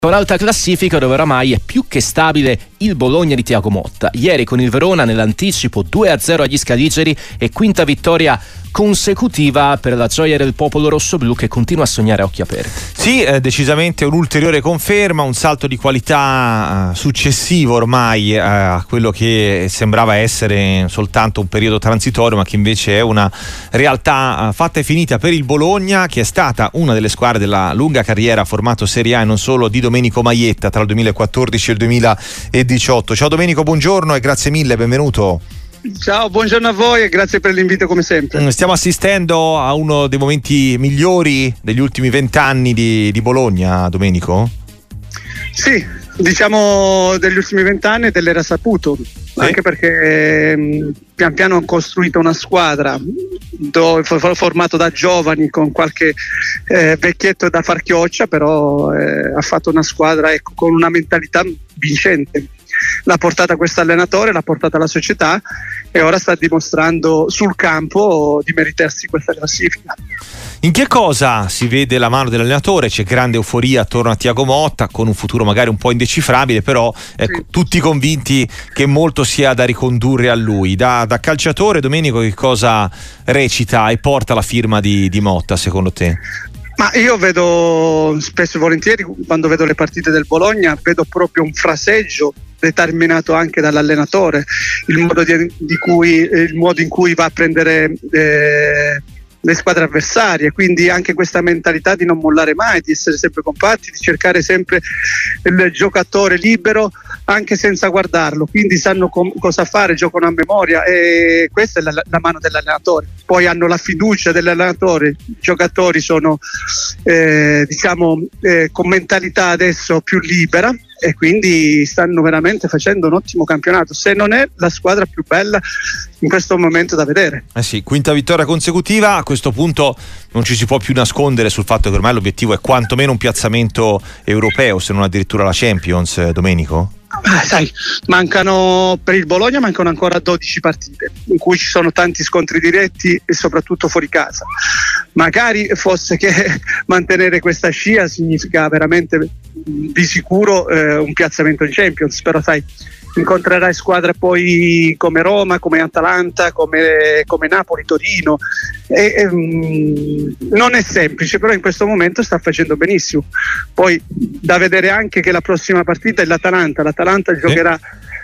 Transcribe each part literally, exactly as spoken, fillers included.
Con alta classifica dove oramai è più che stabile il Bologna di Thiago Motta. Ieri con il Verona nell'anticipo due a zero agli Scaligeri e quinta vittoria consecutiva per la gioia del popolo rossoblu che continua a sognare a occhi aperti. Sì, eh, decisamente un'ulteriore conferma, un salto di qualità eh, successivo ormai eh, a quello che sembrava essere soltanto un periodo transitorio, ma che invece è una realtà eh, fatta e finita per il Bologna, che è stata una delle squadre della lunga carriera formato Serie A e non solo di Domenico Maietta tra il duemilaquattordici e il duemiladiciotto. Ciao Domenico, buongiorno e grazie mille, benvenuto. Ciao, buongiorno a voi e grazie per l'invito come sempre. Stiamo assistendo a uno dei momenti migliori degli ultimi vent'anni di, di Bologna, Domenico? Sì, diciamo degli ultimi vent'anni e dell'era saputo, sì. Anche perché eh, pian piano hanno costruito una squadra dove, formato da giovani con qualche eh, vecchietto da far chioccia, però eh, ha fatto una squadra ecco, con una mentalità vincente. L'ha portata questo allenatore, l'ha portata la società e ora sta dimostrando sul campo di meritarsi questa classifica. In che cosa si vede la mano dell'allenatore? C'è grande euforia attorno a Thiago Motta, con un futuro magari un po' indecifrabile, però ecco, sì. Tutti convinti che molto sia da ricondurre a lui. Da, da calciatore, Domenico, che cosa recita e porta la firma di, di Motta, secondo te? Ma io vedo spesso e volentieri, quando vedo le partite del Bologna, vedo proprio un fraseggio determinato anche dall'allenatore, il modo, di, di cui, il modo in cui va a prendere eh, le squadre avversarie, quindi anche questa mentalità di non mollare mai, di essere sempre compatti, di cercare sempre il giocatore libero anche senza guardarlo, quindi sanno com- cosa fare, giocano a memoria e questa è la, la mano dell'allenatore. Poi hanno la fiducia dell'allenatore, i giocatori sono eh, diciamo eh, con mentalità adesso più libera e quindi stanno veramente facendo un ottimo campionato, se non è la squadra più bella in questo momento da vedere. Eh sì, quinta vittoria consecutiva, a questo punto non ci si può più nascondere sul fatto che ormai l'obiettivo è quantomeno un piazzamento europeo, se non addirittura la Champions, Domenico? Ah, sai, mancano per il Bologna mancano ancora dodici partite in cui ci sono tanti scontri diretti e soprattutto fuori casa. Magari fosse che mantenere questa scia significa veramente di sicuro eh, un piazzamento in Champions, però sai, incontrerai squadre poi come Roma, come Atalanta, come, come Napoli, Torino e, e, mh, non è semplice, però in questo momento sta facendo benissimo. Poi da vedere anche che la prossima partita è l'Atalanta, l'Atalanta sì. giocherà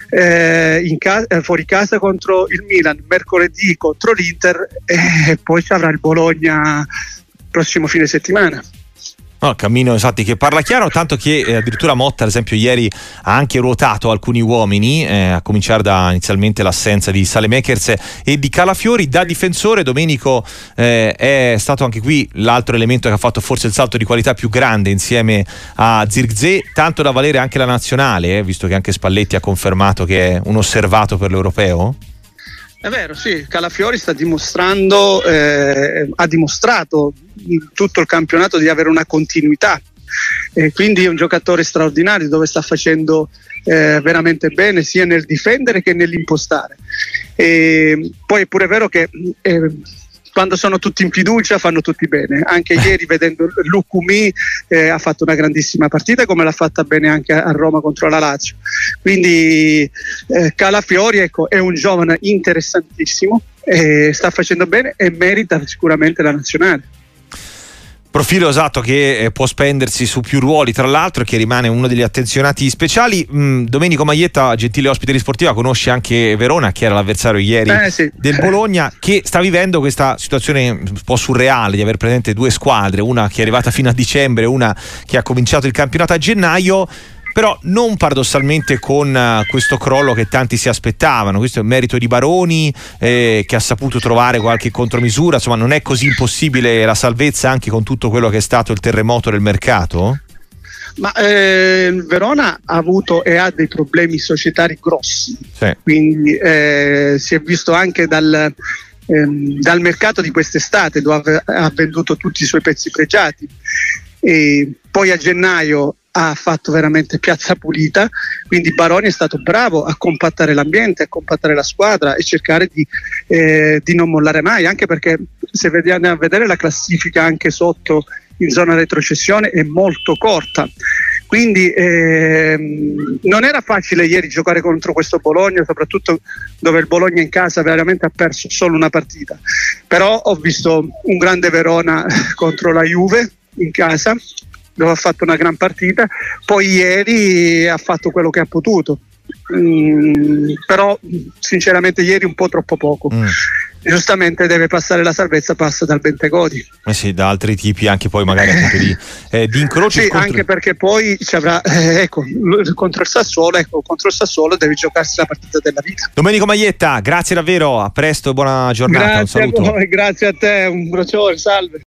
eh, in ca- eh, fuori casa contro il Milan, mercoledì contro l'Inter e poi ci avrà il Bologna il prossimo fine settimana. No, cammino infatti che parla chiaro, tanto che eh, addirittura Motta ad esempio ieri ha anche ruotato alcuni uomini, eh, a cominciare da inizialmente l'assenza di Saelemaekers e di Calafiori. Da difensore Domenico eh, è stato anche qui l'altro elemento che ha fatto forse il salto di qualità più grande insieme a Zirkzee, tanto da valere anche la nazionale, eh, visto che anche Spalletti ha confermato che è un osservato per l'europeo. È vero, sì, Calafiori sta dimostrando, eh, ha dimostrato in tutto il campionato di avere una continuità, e quindi è un giocatore straordinario dove sta facendo eh, veramente bene sia nel difendere che nell'impostare. E poi è pure vero che eh, quando sono tutti in fiducia fanno tutti bene, anche ieri vedendo Lukumi eh, ha fatto una grandissima partita come l'ha fatta bene anche a Roma contro la Lazio, quindi eh, Calafiori ecco, è un giovane interessantissimo, eh, sta facendo bene e merita sicuramente la nazionale. Profilo esatto che eh, può spendersi su più ruoli, tra l'altro, e che rimane uno degli attenzionati speciali. Mm, Domenico Maietta, gentile ospite di Sportiva, conosce anche Verona, che era l'avversario ieri eh, sì. del Bologna, che sta vivendo questa situazione un po' surreale di aver presente due squadre, una che è arrivata fino a dicembre, una che ha cominciato il campionato a gennaio, però non paradossalmente con uh, questo crollo che tanti si aspettavano. Questo è un merito di Baroni, eh, che ha saputo trovare qualche contromisura, insomma non è così impossibile la salvezza anche con tutto quello che è stato il terremoto del mercato? Ma eh, Verona ha avuto e ha dei problemi societari grossi, sì. Quindi eh, si è visto anche dal, ehm, dal mercato di quest'estate dove ha venduto tutti i suoi pezzi pregiati e poi a gennaio ha fatto veramente piazza pulita, quindi Baroni è stato bravo a compattare l'ambiente, a compattare la squadra e cercare di, eh, di non mollare mai, anche perché se vediamo a vedere la classifica anche sotto in zona retrocessione è molto corta, Quindi ehm, non era facile ieri giocare contro questo Bologna, soprattutto dove il Bologna in casa veramente ha perso solo una partita. Però ho visto un grande Verona contro la Juve in casa, dove ha fatto una gran partita. Poi ieri ha fatto quello che ha potuto. Mm, però sinceramente ieri un po' troppo poco. Mm. Giustamente deve passare la salvezza, passa dal Bentegodi. Eh sì, da altri tipi anche poi magari appunto di, eh, di incroci. Sì, contro... anche perché poi ci avrà, eh, ecco, contro il Sassuolo, ecco, contro il Sassuolo devi giocarsi la partita della vita. Domenico Maietta, grazie davvero, a presto e buona giornata. Grazie un saluto. a voi, grazie a te, un bacione, salve.